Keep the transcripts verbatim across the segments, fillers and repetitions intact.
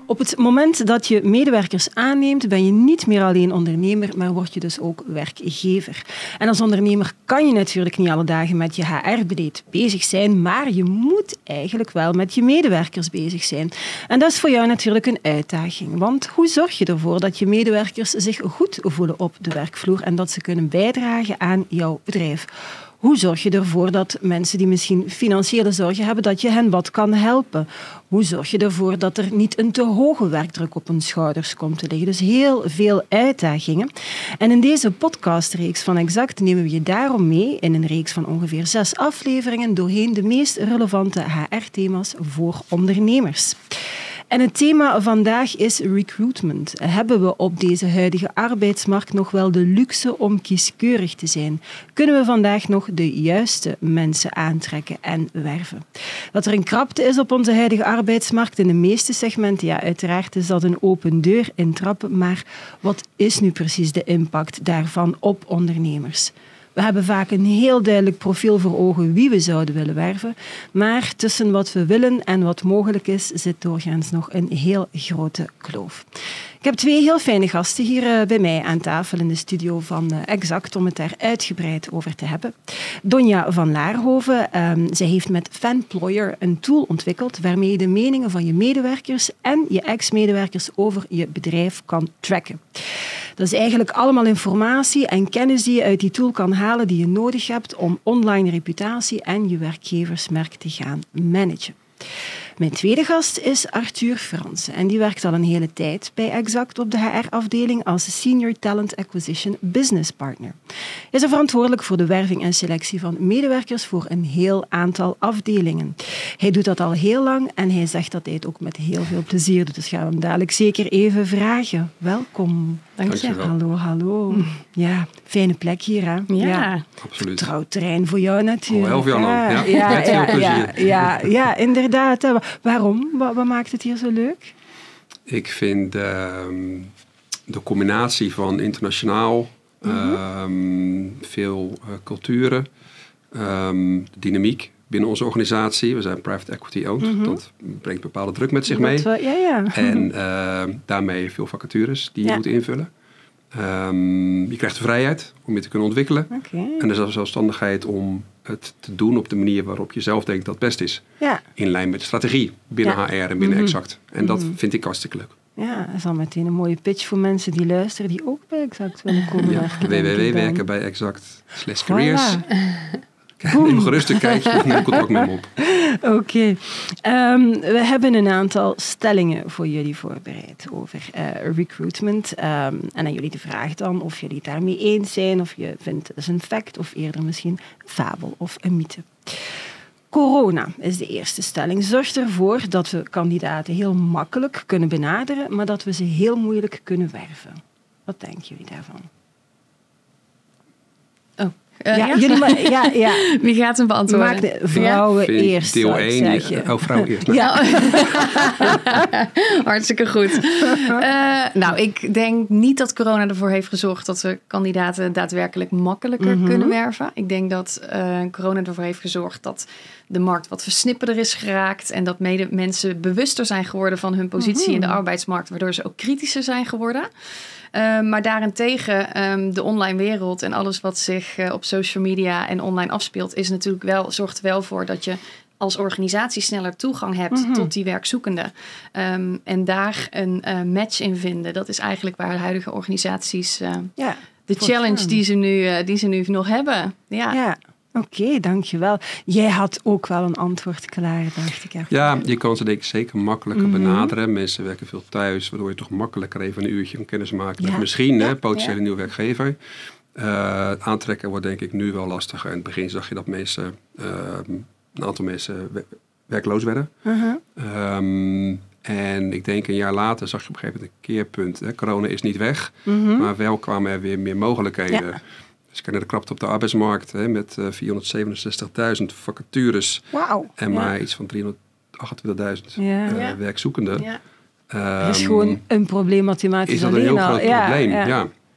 Op het moment dat je medewerkers aanneemt, ben je niet meer alleen ondernemer, maar word je dus ook werkgever. En als ondernemer kan je natuurlijk niet alle dagen met je H R-beleid bezig zijn, maar je moet eigenlijk wel met je medewerkers bezig zijn. En dat is voor jou natuurlijk een uitdaging. Want hoe zorg je ervoor dat je medewerkers zich goed voelen op de werkvloer en dat ze kunnen bijdragen aan jouw bedrijf? Hoe zorg je ervoor dat mensen die misschien financiële zorgen hebben, dat je hen wat kan helpen? Hoe zorg je ervoor dat er niet een te hoge werkdruk op hun schouders komt te liggen? Dus heel veel uitdagingen. En in deze podcastreeks van Exact nemen we je daarom mee in een reeks van ongeveer zes afleveringen doorheen de meest relevante H R-thema's voor ondernemers. En het thema vandaag is recruitment. Hebben we op deze huidige arbeidsmarkt nog wel de luxe om kieskeurig te zijn? Kunnen we vandaag nog de juiste mensen aantrekken en werven? Dat er een krapte is op onze huidige arbeidsmarkt in de meeste segmenten, ja, uiteraard is dat een open deur intrappen, maar wat is nu precies de impact daarvan op ondernemers? We hebben vaak een heel duidelijk profiel voor ogen wie we zouden willen werven, maar tussen wat we willen en wat mogelijk is, zit doorgaans nog een heel grote kloof. Ik heb twee heel fijne gasten hier bij mij aan tafel in de studio van Exact om het daar uitgebreid over te hebben. Donja van Laarhoven, um, zij heeft met Fanployer een tool ontwikkeld waarmee je de meningen van je medewerkers en je ex-medewerkers over je bedrijf kan tracken. Dat is eigenlijk allemaal informatie en kennis die je uit die tool kan halen die je nodig hebt om online reputatie en je werkgeversmerk te gaan managen. Mijn tweede gast is Arthur Fransen en die werkt al een hele tijd bij Exact op de H R-afdeling als Senior Talent Acquisition Business Partner. Hij is er verantwoordelijk voor de werving en selectie van medewerkers voor een heel aantal afdelingen. Hij doet dat al heel lang en hij zegt dat hij het ook met heel veel plezier doet. Dus gaan we hem dadelijk zeker even vragen. Welkom. Dank je. Hallo, hallo. Ja, fijne plek hier, hè? Ja, ja. Absoluut. Vertrouwd terrein voor jou natuurlijk. Al elf jaar lang, ja. Ja, Met veel ja, plezier. ja, ja, ja, inderdaad. Waarom? Wat, wat maakt het hier zo leuk? Ik vind uh, de combinatie van internationaal, mm-hmm. um, veel uh, culturen, um, dynamiek binnen onze organisatie. We zijn private equity owned. Mm-hmm. Dat brengt bepaalde druk met zich mee. Dat, ja, ja. En uh, daarmee veel vacatures die je ja. moet invullen. Um, je krijgt de vrijheid om je te kunnen ontwikkelen. Okay. En de zelfstandigheid om het te doen op de manier waarop je zelf denkt dat het best is. Ja. In lijn met de strategie binnen ja. H R en binnen mm-hmm. Exact. En dat mm-hmm. vind ik hartstikke leuk. Ja, dat is al meteen een mooie pitch voor mensen die luisteren, die ook bij Exact willen komen ja, werken. w w w werken bij Exact slash careers. Neem gerust een kijkje of neem contact met me op. Oké. Okay. Um, we hebben een aantal stellingen voor jullie voorbereid over uh, recruitment. Um, en aan jullie de vraag dan of jullie het daarmee eens zijn, of je vindt het is een fact of eerder misschien een fabel of een mythe. Corona is de eerste stelling. Zorgt ervoor dat we kandidaten heel makkelijk kunnen benaderen, maar dat we ze heel moeilijk kunnen werven. Wat denken jullie daarvan? Oh. Uh, ja, ja? Jullie ma- ja, ja. Wie gaat hem beantwoorden? Maak de vrouwen ja. eerst. Deel één. Oh, vrouw eerst. Nou. Ja. Hartstikke goed. Uh, nou, ik denk niet dat corona ervoor heeft gezorgd dat we kandidaten daadwerkelijk makkelijker mm-hmm. kunnen werven. Ik denk dat uh, corona ervoor heeft gezorgd dat de markt wat versnipperder is geraakt en dat mede mensen bewuster zijn geworden van hun positie mm-hmm. in de arbeidsmarkt, waardoor ze ook kritischer zijn geworden. Uh, maar daarentegen, um, de online wereld en alles wat zich uh, op social media en online afspeelt, is natuurlijk wel, zorgt er wel voor dat je als organisatie sneller toegang hebt mm-hmm. tot die werkzoekenden. Um, en daar een uh, match in vinden. Dat is eigenlijk waar de huidige organisaties uh, ja, de challenge die ze, nu, uh, die ze nu nog hebben. Ja. ja. Oké, okay, dankjewel. Jij had ook wel een antwoord klaar, dacht ik. Even. Ja, je kan ze denk ik zeker makkelijker mm-hmm. benaderen. Mensen werken veel thuis, waardoor je toch makkelijker even een uurtje kan kennis maken ja. met misschien ja. hè, potentiële ja. nieuwe werkgever. Uh, aantrekken wordt denk ik nu wel lastiger. In het begin zag je dat mensen, uh, een aantal mensen werkloos werden. Uh-huh. Um, en ik denk een jaar later zag je op een gegeven moment een keerpunt. Hè. Corona is niet weg, mm-hmm. maar wel kwamen er weer meer mogelijkheden. Ja. Dus ik naar de krapte op de arbeidsmarkt hè, met uh, vierhonderdzevenenzestigduizend vacatures wow. en ja. maar iets van driehonderdachtentwintigduizend ja. uh, ja. werkzoekenden. Ja. Um, dat is gewoon een probleem mathematisch is dat alleen een heel al. groot ja, probleem, ja. ja.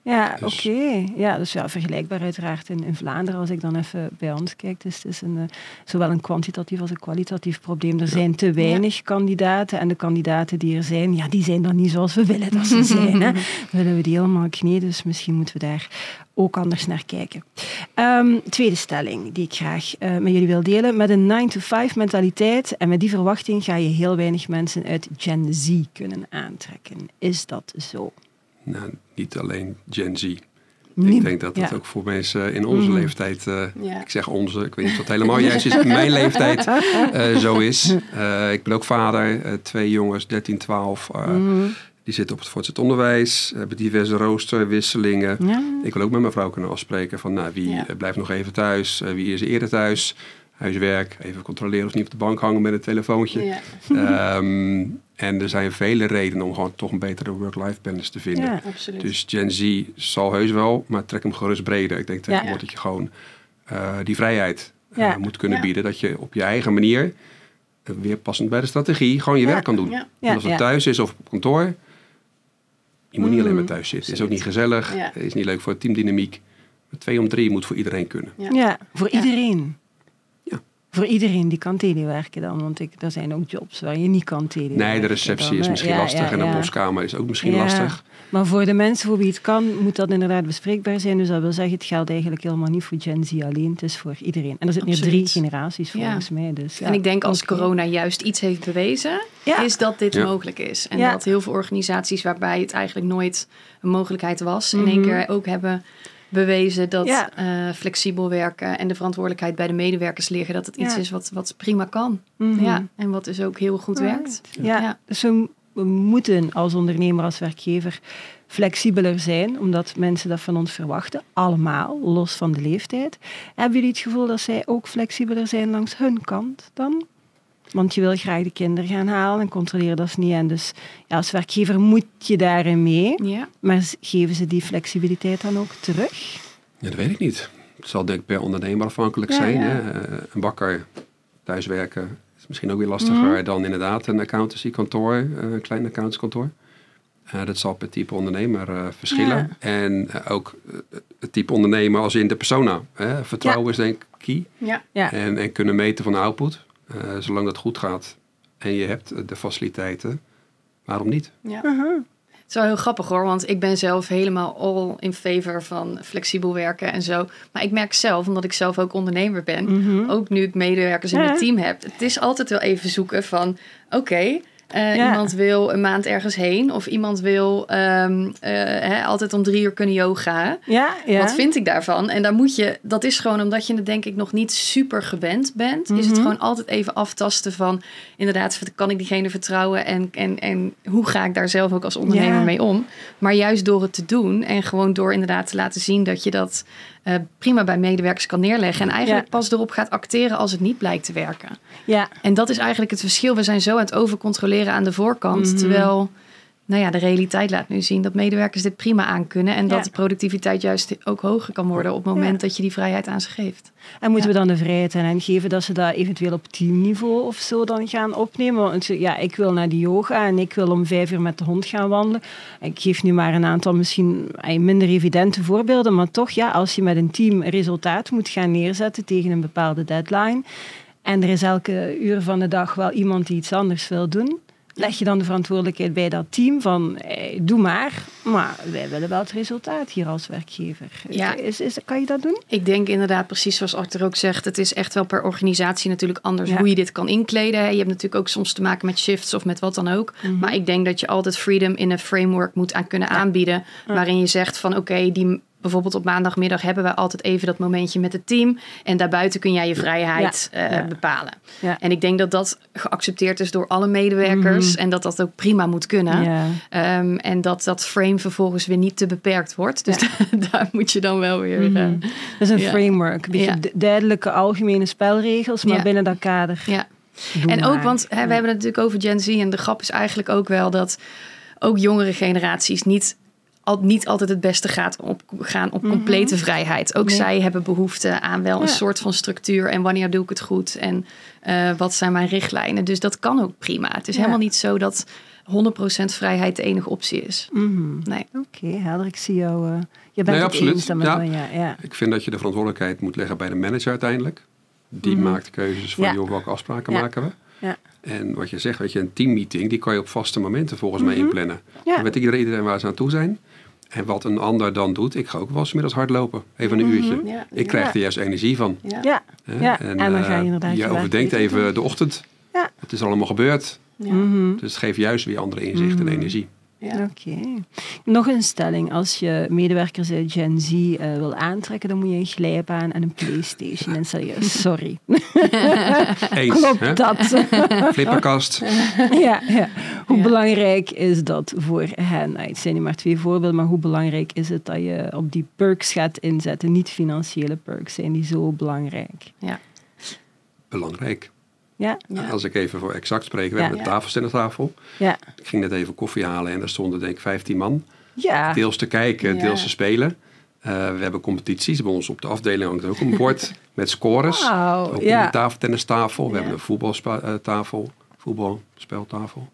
Ja, Dus- oké. Okay. Ja, dus ja, vergelijkbaar uiteraard in, in Vlaanderen. Als ik dan even bij ons kijk, dus het is een, uh, zowel een kwantitatief als een kwalitatief probleem. Er zijn te weinig ja. kandidaten en de kandidaten die er zijn, ja, die zijn dan niet zoals we willen dat ze zijn. Hè. Willen we die helemaal kneden, dus misschien moeten we daar ook anders naar kijken. Um, tweede stelling die ik graag uh, met jullie wil delen. Met een nine to five mentaliteit en met die verwachting ga je heel weinig mensen uit Gen Z kunnen aantrekken. Is dat zo? Nou, niet alleen Gen Z. Nee. Ik denk dat dat ja. ook voor mensen in onze mm. leeftijd... Uh, ja. Ik zeg onze, ik weet niet of dat helemaal juist is. In mijn leeftijd uh, zo is. Uh, ik ben ook vader. Uh, twee jongens, dertien, twaalf. Uh, mm. Die zitten op het voortgezet onderwijs. Hebben diverse roosterwisselingen. Ja. Ik wil ook met mijn vrouw kunnen afspreken van... Nou, wie ja. blijft nog even thuis? Uh, wie is eerder thuis? Huiswerk. Even controleren of niet op de bank hangen met een telefoontje. Ja. Um, En er zijn vele redenen om gewoon toch een betere work-life balance te vinden. Ja, absoluut. Dus Gen Z zal heus wel, maar trek hem gerust breder. Ik denk tegenwoordig ja. dat je gewoon uh, die vrijheid uh, ja. moet kunnen ja. bieden. Dat je op je eigen manier, uh, weer passend bij de strategie, gewoon je ja. werk kan doen. Ja. Ja. En of het ja. thuis is of op kantoor, je moet mm. niet alleen maar thuis zitten. Het is ook niet gezellig, ja. het is niet leuk voor teamdynamiek. Maar twee om drie moet voor iedereen kunnen. Ja, ja voor ja. iedereen. Voor iedereen die kan telewerken dan, want ik, er zijn ook jobs waar je niet kan telewerken. Nee, de receptie dan, is misschien ja, lastig ja, en de ja. postkamer is ook misschien ja. lastig. Maar voor de mensen voor wie het kan, moet dat inderdaad bespreekbaar zijn. Dus dat wil zeggen, het geldt eigenlijk helemaal niet voor Gen Z alleen. Het is voor iedereen. En er zitten nu drie generaties volgens ja. mij. Dus, ja. En ik denk als okay. corona juist iets heeft bewezen, ja. is dat dit ja. mogelijk is. En ja. dat heel veel organisaties waarbij het eigenlijk nooit een mogelijkheid was, mm-hmm. in één keer ook hebben... bewezen dat ja. uh, flexibel werken en de verantwoordelijkheid bij de medewerkers liggen. Dat het iets ja. is wat, wat prima kan. Mm-hmm. Ja, en wat dus ook heel goed right. werkt. Ja, ja. Dus we, we moeten als ondernemer, als werkgever flexibeler zijn, omdat mensen dat van ons verwachten. Allemaal, los van de leeftijd. Hebben jullie het gevoel dat zij ook flexibeler zijn langs hun kant dan? Want je wil graag de kinderen gaan halen en controleren dat ze niet. En dus ja, als werkgever moet je daarin mee. Ja. Maar geven ze die flexibiliteit dan ook terug? Ja, dat weet ik niet. Het zal denk ik per ondernemer afhankelijk ja, zijn. Ja. Hè? Uh, een bakker thuiswerken is misschien ook weer lastiger mm-hmm. dan inderdaad een accountancykantoor, een klein accountancykantoor. Uh, dat zal per type ondernemer uh, verschillen. Ja. En uh, ook uh, het type ondernemer als in de persona. Hè? Vertrouwen ja. is denk ik key. Ja. Ja. En, en kunnen meten van de output. Uh, zolang dat goed gaat en je hebt de faciliteiten, waarom niet? Ja. Uh-huh. Het is wel heel grappig hoor, want ik ben zelf helemaal all in favor van flexibel werken en zo. Maar ik merk zelf, omdat ik zelf ook ondernemer ben, mm-hmm. ook nu ik medewerkers in ja. mijn team heb, het is altijd wel even zoeken van, oké, okay, Uh, ja. iemand wil een maand ergens heen. Of iemand wil um, uh, hè, altijd om drie uur kunnen yoga. Ja, ja. Wat vind ik daarvan? En daar moet je, dat is gewoon omdat je het denk ik nog niet super gewend bent. Mm-hmm. Is het gewoon altijd even aftasten van, inderdaad, kan ik diegene vertrouwen? En, en, en hoe ga ik daar zelf ook als ondernemer ja. mee om? Maar juist door het te doen en gewoon door inderdaad te laten zien dat je dat uh, prima bij medewerkers kan neerleggen. En eigenlijk ja. pas erop gaat acteren als het niet blijkt te werken. Ja. En dat is eigenlijk het verschil. We zijn zo aan het overcontroleren aan de voorkant. Mm-hmm. Terwijl nou ja, de realiteit laat nu zien dat medewerkers dit prima aankunnen. En dat ja. de productiviteit juist ook hoger kan worden op het moment ja. dat je die vrijheid aan ze geeft. En moeten ja. we dan de vrijheid aan hen geven dat ze dat eventueel op teamniveau of zo dan gaan opnemen? Want ja, ik wil naar die yoga en ik wil om vijf uur met de hond gaan wandelen. Ik geef nu maar een aantal misschien minder evidente voorbeelden, maar toch, ja, als je met een team resultaat moet gaan neerzetten tegen een bepaalde deadline en er is elke uur van de dag wel iemand die iets anders wil doen, leg je dan de verantwoordelijkheid bij dat team van, hey, doe maar, maar wij willen wel het resultaat hier als werkgever. Ja. Is, is, kan je dat doen? Ik denk inderdaad, precies zoals Arthur ook zegt, het is echt wel per organisatie natuurlijk anders ja. hoe je dit kan inkleden. Je hebt natuurlijk ook soms te maken met shifts of met wat dan ook. Mm-hmm. Maar ik denk dat je altijd freedom in een framework moet aan kunnen ja. aanbieden, ja. waarin je zegt van oké, okay, die... bijvoorbeeld op maandagmiddag hebben we altijd even dat momentje met het team. En daarbuiten kun jij je vrijheid ja. Uh, ja. bepalen. Ja. En ik denk dat dat geaccepteerd is door alle medewerkers. Mm-hmm. En dat dat ook prima moet kunnen. Ja. Um, en dat dat frame vervolgens weer niet te beperkt wordt. Dus ja. daar moet je dan wel weer... Mm-hmm. Uh, dat is een ja. framework. Een beetje ja. duidelijke algemene spelregels. Maar ja. binnen dat kader. Ja. En maar. ook, want hè, we hebben het natuurlijk over Gen Z. En de grap is eigenlijk ook wel dat ook jongere generaties niet... al niet altijd het beste gaat op, gaan op complete mm-hmm. vrijheid. Ook nee. zij hebben behoefte aan wel ja. een soort van structuur. En wanneer doe ik het goed? En uh, wat zijn mijn richtlijnen? Dus dat kan ook prima. Het is ja. helemaal niet zo dat honderd procent vrijheid de enige optie is. Mm-hmm. Nee. Oké, okay, helder. Ik zie jou... Uh, je bent nee, het eens dan met ja. me, ja, ja. Ik vind dat je de verantwoordelijkheid moet leggen bij de manager uiteindelijk. Die mm-hmm. maakt keuzes van, ja. joh, welke afspraken ja. maken we? Ja. En wat je zegt, weet je, een teammeeting, die kan je op vaste momenten volgens mm-hmm. mij inplannen. Ja. Dan weet iedereen, iedereen waar ze aan toe zijn. En wat een ander dan doet, ik ga ook wel eens middags hardlopen. Even een mm-hmm. uurtje. Ja. Ik krijg ja. er juist energie van. Ja. Ja. Ja. En, en dan ga je inderdaad... Je overdenkt even de ochtend. Ja. Wat is er allemaal gebeurd? Ja. Mm-hmm. Dus het geeft juist weer andere inzichten mm-hmm. en energie. Ja. Oké. Okay. Nog een stelling. Als je medewerkers uit Gen Z uh, wil aantrekken, dan moet je een glijbaan en een PlayStation installeren. Sorry. Eens, klopt hè? dat? Flipperkast. ja, ja. Hoe ja. belangrijk is dat voor hen? Nou, het zijn nu maar twee voorbeelden, maar hoe belangrijk is het dat je op die perks gaat inzetten? Niet-financiële perks zijn die zo belangrijk? Ja. Belangrijk. Ja. Ja. Als ik even voor exact spreek, we ja. hebben een tafeltennistafel. Ja. Ik ging net even koffie halen en er stonden denk ik vijftien man. Ja. Deels te kijken, ja. deels te spelen. Uh, we hebben competities. Bij ons op de afdeling hangt ook een bord met scores. Wow. Ook ja. op de tafeltennistafel. We ja. hebben een voetbaltafel, voetbalspeltafel.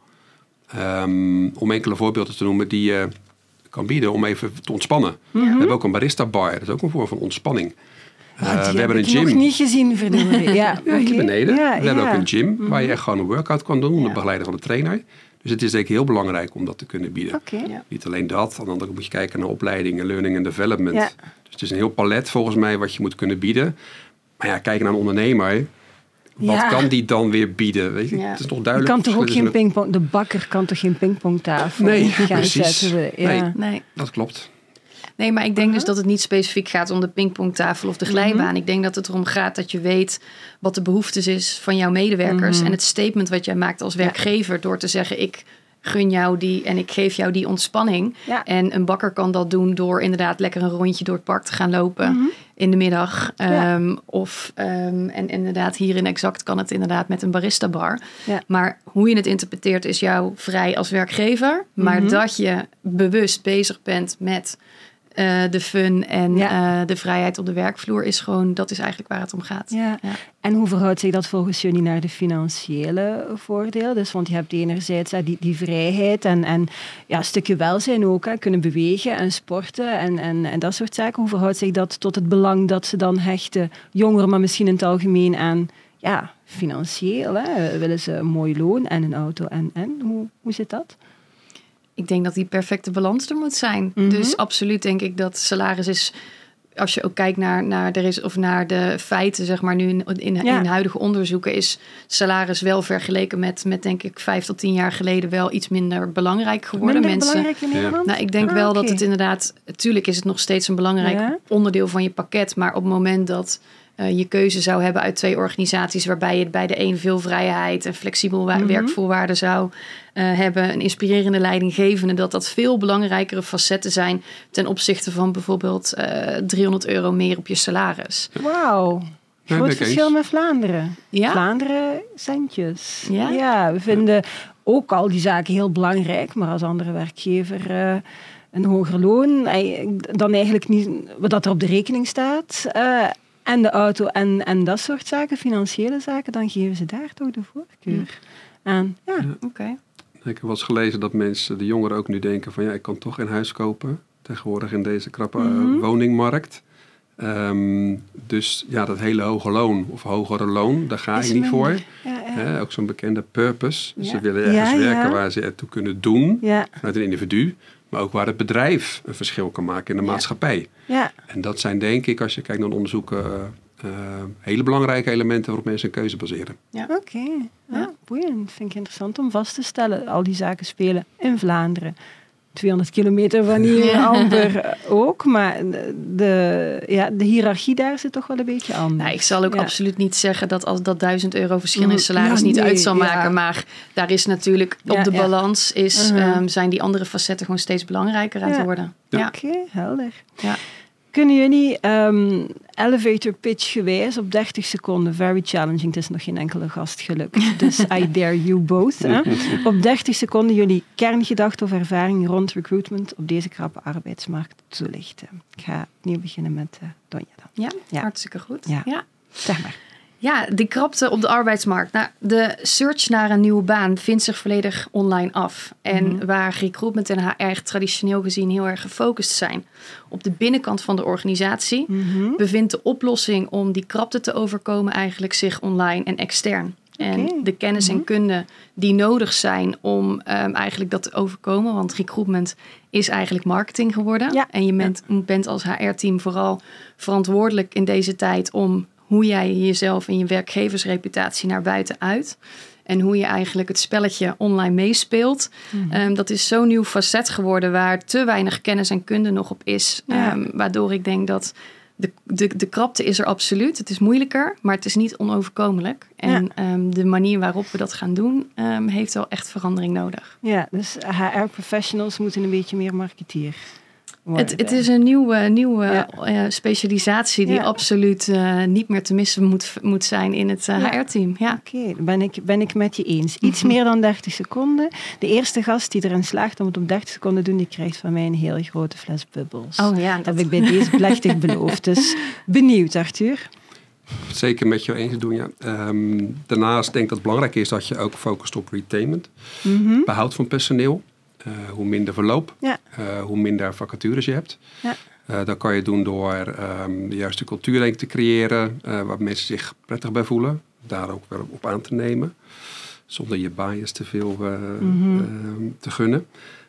Um, om enkele voorbeelden te noemen die je kan bieden om even te ontspannen. Mm-hmm. We hebben ook een barista bar. Dat is ook een vorm van ontspanning. Uh, die we heb hebben ik een gym. nog niet gezien, verdorie. Ja, ja, hier okay. beneden. Ja, we hebben ja. ook een gym mm-hmm. waar je echt gewoon een workout kan doen. Onder ja. begeleiding van de trainer. Dus het is denk ik heel belangrijk om dat te kunnen bieden. Okay. Ja. Niet alleen dat. Aan de andere kant moet je kijken naar opleidingen, learning en development. Ja. Dus het is een heel palet volgens mij wat je moet kunnen bieden. Maar ja, kijken naar een ondernemer. Wat ja. kan die dan weer bieden? Weet je? Ja. Het is toch duidelijk. Je kan toch ook geen pingpong... De bakker kan toch geen pingpongtafel nee, gaan precies. zetten? Ja. Nee, nee, dat klopt. Nee, maar ik denk uh-huh. dus dat het niet specifiek gaat om de pingpongtafel of de glijbaan. Mm-hmm. Ik denk dat het erom gaat dat je weet wat de behoeftes is van jouw medewerkers. Mm-hmm. En het statement wat jij maakt als werkgever ja. door te zeggen... ik gun jou die en ik geef jou die ontspanning. Ja. En een bakker kan dat doen door inderdaad lekker een rondje door het park te gaan lopen mm-hmm. in de middag. Ja. Um, of um, en inderdaad hier in Exact kan het inderdaad met een barista bar. Ja. Maar hoe je het interpreteert is jou vrij als werkgever. Maar mm-hmm. dat je bewust bezig bent met uh, de fun en ja. uh, de vrijheid op de werkvloer is gewoon, dat is eigenlijk waar het om gaat. Ja. Ja. En hoe verhoudt zich dat volgens jullie naar de financiële voordeel? Dus, want je hebt enerzijds die, die vrijheid en, en ja, een stukje welzijn ook, hè, kunnen bewegen en sporten en, en, en dat soort zaken. Hoe verhoudt zich dat tot het belang dat ze dan hechten, jongeren, maar misschien in het algemeen aan, ja, financieel, hè? Willen ze een mooi loon en een auto en, en? Hoe, hoe zit dat? Ik denk dat die perfecte balans er moet zijn. Mm-hmm. Dus absoluut denk ik dat salaris is... Als je ook kijkt naar, naar, de, res, of naar de feiten, zeg maar, nu in, in, ja. in huidige onderzoeken, is salaris wel vergeleken met, met, denk ik, vijf tot tien jaar geleden wel iets minder belangrijk geworden. Minder Mensen, belangrijk in Nederland? Nou, ik denk ah, wel okay. dat het inderdaad, tuurlijk is het nog steeds een belangrijk ja. onderdeel van je pakket, maar op het moment dat uh, je keuze zou hebben uit twee organisaties, waarbij je bij de een veel vrijheid en flexibel wa- mm-hmm. werkvoorwaarden zou uh, hebben, een inspirerende leidinggevende, dat dat veel belangrijkere facetten zijn ten opzichte van bijvoorbeeld uh, driehonderd euro meer op je salaris. Wauw. Groot ja, verschil eens. Met Vlaanderen. Ja? Vlaanderen, centjes. Ja? Ja, we vinden ook al die zaken heel belangrijk, maar als andere werkgever uh, een hoger loon, dan eigenlijk niet wat er op de rekening staat, uh, en de auto en, en dat soort zaken, financiële zaken, dan geven ze daar toch de voorkeur hm. aan. Ja, ja. oké. Okay. Ik heb wel eens gelezen dat mensen, de jongeren ook nu denken van ja, ik kan toch een huis kopen tegenwoordig in deze krappe mm-hmm. woningmarkt. Um, dus ja, dat hele hoge loon of hogere loon, daar ga ik niet voor. Ja, ja. He, ook zo'n bekende purpose. Ja. Ze willen ergens ja, werken ja. waar ze ertoe kunnen doen, ja. vanuit een individu. Maar ook waar het bedrijf een verschil kan maken in de ja. maatschappij. Ja. En dat zijn denk ik, als je kijkt naar onderzoeken, uh, hele belangrijke elementen waarop mensen een keuze baseren. Ja. Oké, okay. ja. ja, boeiend. Vind ik interessant om vast te stellen. Al die zaken spelen in Vlaanderen. tweehonderd kilometer van hier ja. amper ook. Maar de, ja, de hiërarchie daar zit toch wel een beetje anders. Nou, ik zal ook ja. absoluut niet zeggen dat als dat duizend euro verschil in salaris ja, niet nee, uit zal maken. Ja. Maar daar is natuurlijk op ja, de ja. balans is, uh-huh. um, zijn die andere facetten gewoon steeds belangrijker aan het ja. worden. Ja. Ja. Oké, okay, helder. Ja. Kunnen jullie um, elevator pitch gewijs op dertig seconden, very challenging, het is nog geen enkele gast gelukt, dus I dare you both, hè? Op dertig seconden jullie kerngedachte of ervaring rond recruitment op deze krappe arbeidsmarkt toelichten. Ik ga opnieuw beginnen met uh, Donja dan. Ja, ja, hartstikke goed. Ja. Ja. Zeg maar. Ja, de krapte op de arbeidsmarkt. Nou, de search naar een nieuwe baan vindt zich volledig online af. En mm-hmm. waar recruitment en H R traditioneel gezien heel erg gefocust zijn op de binnenkant van de organisatie, mm-hmm. bevindt de oplossing om die krapte te overkomen eigenlijk zich online en extern. En okay. de kennis mm-hmm. en kunde die nodig zijn om um, eigenlijk dat te overkomen. Want recruitment is eigenlijk marketing geworden. Ja. En je bent, ja. bent als H R-team vooral verantwoordelijk in deze tijd om hoe jij jezelf en je werkgeversreputatie naar buiten uit. En hoe je eigenlijk het spelletje online meespeelt. Mm-hmm. Um, dat is zo'n nieuw facet geworden waar te weinig kennis en kunde nog op is. Ja. Um, waardoor ik denk dat de, de, de krapte is er absoluut. Het is moeilijker, maar het is niet onoverkomelijk. En ja. um, de manier waarop we dat gaan doen, um, heeft wel echt verandering nodig. Ja, dus H R-professionals moeten een beetje meer marketeer. Het, het is een nieuwe, nieuwe ja. uh, specialisatie die ja. absoluut uh, niet meer te missen moet, moet zijn in het uh, ja. H R-team. Ja. Oké, okay, ben ik, ben ik met je eens. Iets mm-hmm. meer dan dertig seconden. De eerste gast die erin slaagt om het op dertig seconden te doen, die krijgt van mij een hele grote fles bubbels. Oh, ja, dat heb ik bij deze plechtig beloofd. Dus benieuwd, Arthur. Zeker met jou eens doen, ja. Um, daarnaast denk ik dat het belangrijk is dat je ook focust op retainment. Mm-hmm. Behoud van personeel. Uh, hoe minder verloop, ja. uh, hoe minder vacatures je hebt. Ja. Uh, dat kan je doen door um, de juiste cultuur denk ik, te creëren, uh, waar mensen zich prettig bij voelen. Daar ook weer op aan te nemen, zonder je bias te veel uh, mm-hmm. uh, te gunnen.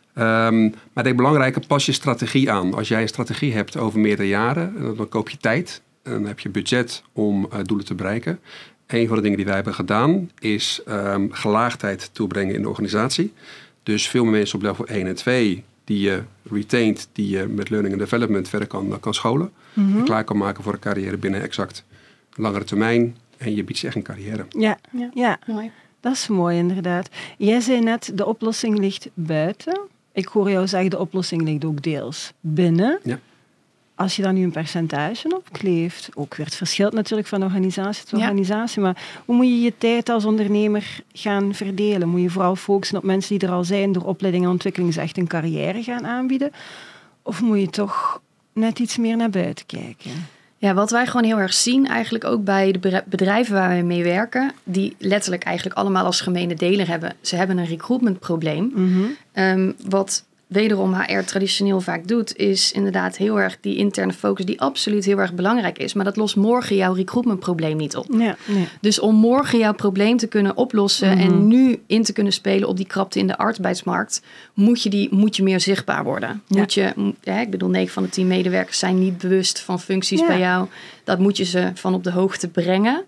Um, maar ik denk belangrijker, pas je strategie aan. Als jij een strategie hebt over meerdere jaren, dan koop je tijd. En dan heb je budget om uh, doelen te bereiken. Een van de dingen die wij hebben gedaan, is um, gelaagdheid toebrengen in de organisatie. Dus veel meer mensen op level één en twee die je retained, die je met learning and development verder kan, kan scholen. Mm-hmm. En klaar kan maken voor een carrière binnen exact langere termijn. En je biedt ze echt een carrière. Ja, ja. ja. Mooi. Dat is mooi inderdaad. Jij zei net, de oplossing ligt buiten. Ik hoor jou zeggen, de oplossing ligt ook deels binnen. Ja. Als je daar nu een percentage op kleeft, ook weer het verschilt natuurlijk van organisatie tot organisatie, ja. maar hoe moet je je tijd als ondernemer gaan verdelen? Moet je vooral focussen op mensen die er al zijn, door opleiding en ontwikkeling echt een carrière gaan aanbieden? Of moet je toch net iets meer naar buiten kijken? Ja, wat wij gewoon heel erg zien, eigenlijk ook bij de bedrijven waar wij mee werken, die letterlijk eigenlijk allemaal als gemene deler hebben. Ze hebben een recruitmentprobleem. Mm-hmm. Um, wat wederom H R traditioneel vaak doet, is inderdaad heel erg die interne focus die absoluut heel erg belangrijk is. Maar dat lost morgen jouw recruitmentprobleem niet op. Ja, nee. Dus om morgen jouw probleem te kunnen oplossen mm-hmm. en nu in te kunnen spelen op die krapte in de arbeidsmarkt, moet je, die, moet je meer zichtbaar worden. Ja. Moet je, ja, ik bedoel, negen van de tien medewerkers zijn niet bewust van functies ja. bij jou. Dat moet je ze van op de hoogte brengen.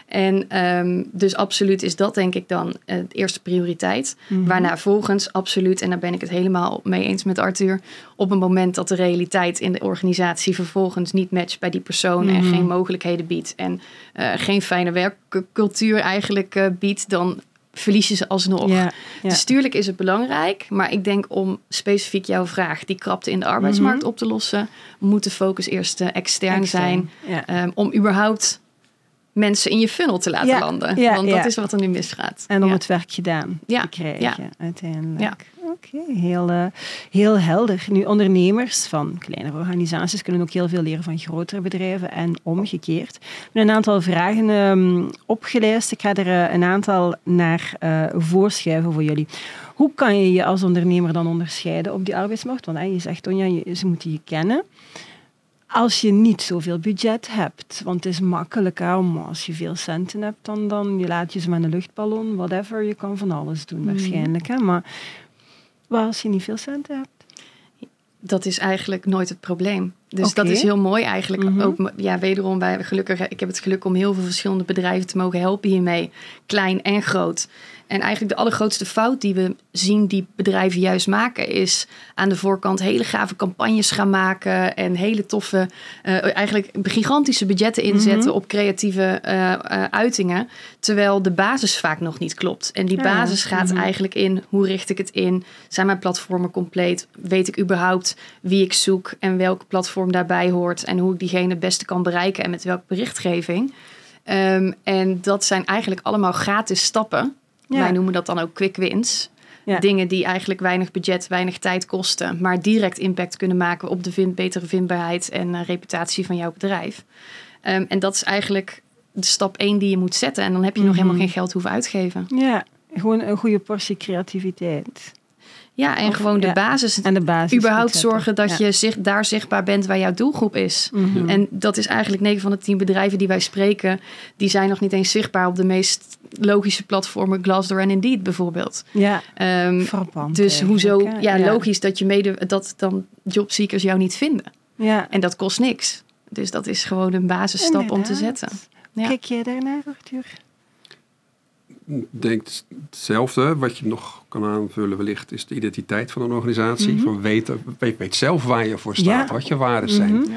En um, dus absoluut is dat denk ik dan uh, de eerste prioriteit. Mm-hmm. Waarna volgens absoluut, en daar ben ik het helemaal mee eens met Arthur, op een moment dat de realiteit in de organisatie vervolgens niet matcht bij die persoon mm-hmm. en geen mogelijkheden biedt en uh, geen fijne werkcultuur eigenlijk uh, biedt, dan verlies je ze alsnog. Ja, ja. Dus tuurlijk is het belangrijk, maar ik denk om specifiek jouw vraag, die krapte in de arbeidsmarkt mm-hmm. op te lossen, moet de focus eerst uh, extern, extern zijn ja. um, om überhaupt mensen in je funnel te laten ja, landen. Ja, want dat ja. is wat er nu misgaat. En om ja. het werk gedaan ja. te krijgen ja. uiteindelijk. Ja. Oké, okay, heel, uh, heel helder. Nu, ondernemers van kleinere organisaties kunnen ook heel veel leren van grotere bedrijven en omgekeerd. Ik heb een aantal vragen um, opgelijst. Ik ga er uh, een aantal naar uh, voorschuiven voor jullie. Hoe kan je je als ondernemer dan onderscheiden op die arbeidsmarkt? Want uh, je zegt, Tonja, je, ze moeten je kennen. Als je niet zoveel budget hebt, want het is makkelijker om als je veel centen hebt, dan, dan je laat je ze met een luchtballon, whatever, je kan van alles doen mm. waarschijnlijk. Hè? Maar wat als je niet veel centen hebt? Dat is eigenlijk nooit het probleem. Dus okay. dat is heel mooi eigenlijk. Mm-hmm. Ook, ja, wederom, wij gelukkig, ik heb het geluk om heel veel verschillende bedrijven te mogen helpen hiermee. Klein en groot. En eigenlijk de allergrootste fout die we zien die bedrijven juist maken, is aan de voorkant hele gave campagnes gaan maken en hele toffe, uh, eigenlijk gigantische budgetten inzetten mm-hmm. op creatieve uh, uh, uitingen. Terwijl de basis vaak nog niet klopt. En die ja, basis gaat mm-hmm. eigenlijk in, hoe richt ik het in? Zijn mijn platformen compleet? Weet ik überhaupt wie ik zoek en welke platform daarbij hoort en hoe ik diegene het beste kan bereiken en met welke berichtgeving? Um, en dat zijn eigenlijk allemaal gratis stappen. Ja. Wij noemen dat dan ook quick wins. Ja. Dingen die eigenlijk weinig budget, weinig tijd kosten, maar direct impact kunnen maken op de vind, betere vindbaarheid en uh, reputatie van jouw bedrijf. Um, en dat is eigenlijk de stap één die je moet zetten. En dan heb je mm-hmm. nog helemaal geen geld hoeven uitgeven. Ja, gewoon een goede portie creativiteit. Ja, en of, gewoon de, ja. basis, en de basis. Überhaupt zorgen dat ja. je zich, daar zichtbaar bent waar jouw doelgroep is. Mm-hmm. En dat is eigenlijk negen van de tien bedrijven die wij spreken, die zijn nog niet eens zichtbaar op de meest logische platformen, Glassdoor en Indeed bijvoorbeeld. Ja, um, frappant. Dus hoezo, ja, ja, logisch dat je mede, dat dan jobseekers jou niet vinden. Ja. En dat kost niks. Dus dat is gewoon een basisstap Inderdaad. om te zetten. Ja. Kijk jij daarnaar, Arthur? Ik denk hetzelfde. Wat je nog kan aanvullen wellicht is de identiteit van een organisatie. Mm-hmm. Van weten, weet, weet zelf waar je voor staat. Ja. Wat je waarden zijn. Mm-hmm.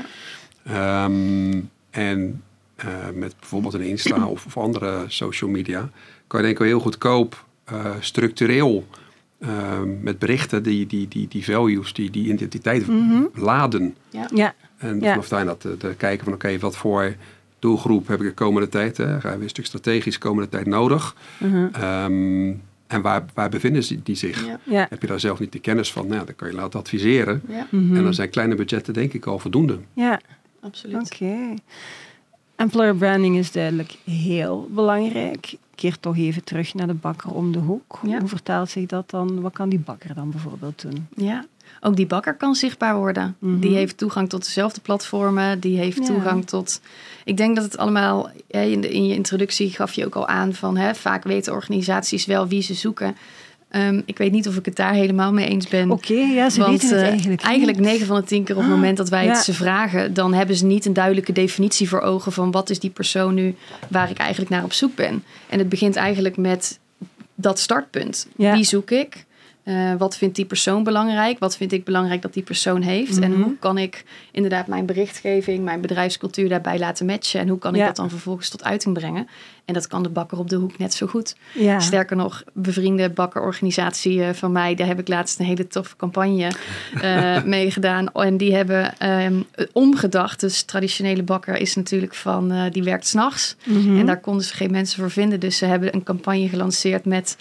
Ja. Um, en uh, met bijvoorbeeld een Insta of, of andere social media kan je denk ik heel goedkoop uh, structureel uh, met berichten die, die, die, die values, die, die identiteit mm-hmm. laden. Ja. Ja. En ja. vanaf daar dat te, te kijken van oké, okay, wat voor doelgroep heb ik de komende tijd. Hè? Gaan we een stuk strategisch de komende tijd nodig. Uh-huh. Um, en waar, waar bevinden die, die zich? Ja. Ja. Heb je daar zelf niet de kennis van? Nou, dan kan je laten adviseren. Ja. Mm-hmm. En dan zijn kleine budgetten denk ik al voldoende. Ja, absoluut. Oké. Okay. Employer branding is duidelijk heel belangrijk. Keer toch even terug naar de bakker om de hoek. Ja. Hoe vertaalt zich dat dan? Wat kan die bakker dan bijvoorbeeld doen? Ja, ook die bakker kan zichtbaar worden. Mm-hmm. Die heeft toegang tot dezelfde platformen. Die heeft ja. toegang tot... Ik denk dat het allemaal... In, de, in je introductie gaf je ook al aan van... Hè, vaak weten organisaties wel wie ze zoeken. Um, ik weet niet of ik het daar helemaal mee eens ben. Oké, okay, ja, ze want, weten het eigenlijk uh, Eigenlijk negen van de tien keer op het ah, moment dat wij ja. het ze vragen... dan hebben ze niet een duidelijke definitie voor ogen... van wat is die persoon nu waar ik eigenlijk naar op zoek ben. En het begint eigenlijk met dat startpunt. Ja. Wie zoek ik? Uh, wat vindt die persoon belangrijk? Wat vind ik belangrijk dat die persoon heeft? Mm-hmm. En hoe kan ik inderdaad mijn berichtgeving, mijn bedrijfscultuur daarbij laten matchen? En hoe kan ik ja. dat dan vervolgens tot uiting brengen? En dat kan de bakker op de hoek net zo goed. Ja. Sterker nog, bevriende bakkerorganisatie uh, van mij, daar heb ik laatst een hele toffe campagne uh, mee gedaan. En die hebben um, omgedacht. Dus traditionele bakker is natuurlijk van, uh, die werkt 's nachts. Mm-hmm. En daar konden ze geen mensen voor vinden. Dus ze hebben een campagne gelanceerd met...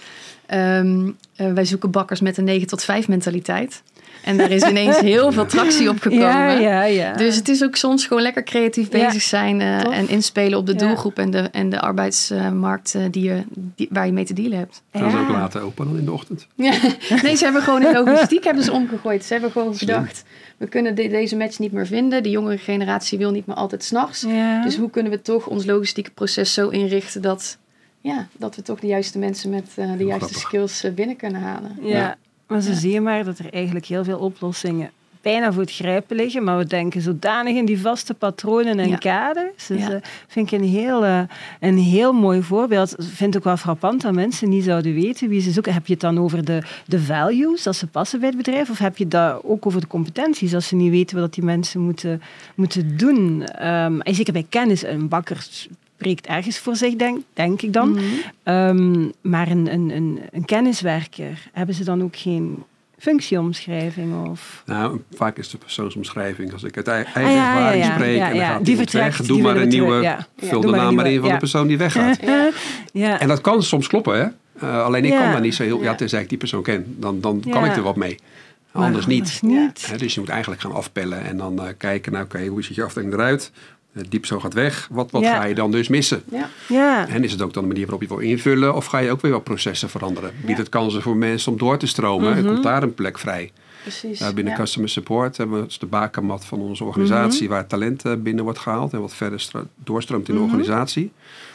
Um, uh, wij zoeken bakkers met een negen tot vijf mentaliteit. En daar is ineens heel veel tractie op gekomen. Ja, ja, ja. Dus het is ook soms gewoon lekker creatief bezig ja, zijn... Uh, en inspelen op de doelgroep ja. en, de, en de arbeidsmarkt uh, die je, die, waar je mee te dealen hebt. Gaan ja. ze ook later open dan in de ochtend? Ja. Nee, ze hebben gewoon in logistiek hebben ze omgegooid. Ze hebben gewoon gedacht... we kunnen de, deze match niet meer vinden. De jongere generatie wil niet meer altijd 's nachts. Ja. Dus hoe kunnen we toch ons logistieke proces zo inrichten... dat, ja, dat we toch de juiste mensen met uh, de heel juiste grappig. skills uh, binnen kunnen halen. Ja. Ja. Maar ze ja. zien maar dat er eigenlijk heel veel oplossingen bijna voor het grijpen liggen. Maar we denken zodanig in die vaste patronen en ja. kaders. Dus ja. uh, vind ik een heel, uh, een heel mooi voorbeeld. Ik vind het ook wel frappant dat mensen niet zouden weten wie ze zoeken. Heb je het dan over de, de values, dat ze passen bij het bedrijf? Of heb je dat ook over de competenties, als ze niet weten wat die mensen moeten, moeten doen? Um, en zeker bij kennis, een bakker... spreekt ergens voor zich, denk, denk ik dan. Mm-hmm. Um, maar een, een, een, een kenniswerker, hebben ze dan ook geen functieomschrijving? Of? Nou, vaak is de persoonsomschrijving, als ik uit eigen ah, ja, ervaring ja, ja, spreek... ja, ja, en dan ja. gaat die iemand vertrekt, weg, doe maar een nieuwe... Ja. Vul Ja, de naam maar in van ja. de persoon die weggaat. Ja. Ja. En dat kan soms kloppen, hè? Uh, alleen ik ja. kan daar niet zo heel... Ja, Ja. tenzij ik die persoon ken. Dan, dan Ja. kan ik er wat mee. Maar Anders niet. anders niet. Ja, dus je moet eigenlijk gaan afpellen en dan uh, kijken... nou, oké, okay, hoe ziet je afdeling eruit? Die persoon gaat weg. Wat, wat Ja. ga je dan dus missen? Ja. Ja. En is het ook dan de manier waarop je wil invullen? Of ga je ook weer wat processen veranderen? Biedt Ja. het kansen voor mensen om door te stromen? Mm-hmm. En komt daar een plek vrij? Precies. Uh, binnen ja. Customer Support hebben we de bakermat van onze organisatie... Mm-hmm. waar talent uh, binnen wordt gehaald... en wat verder stra- doorstroomt in de Mm-hmm. organisatie.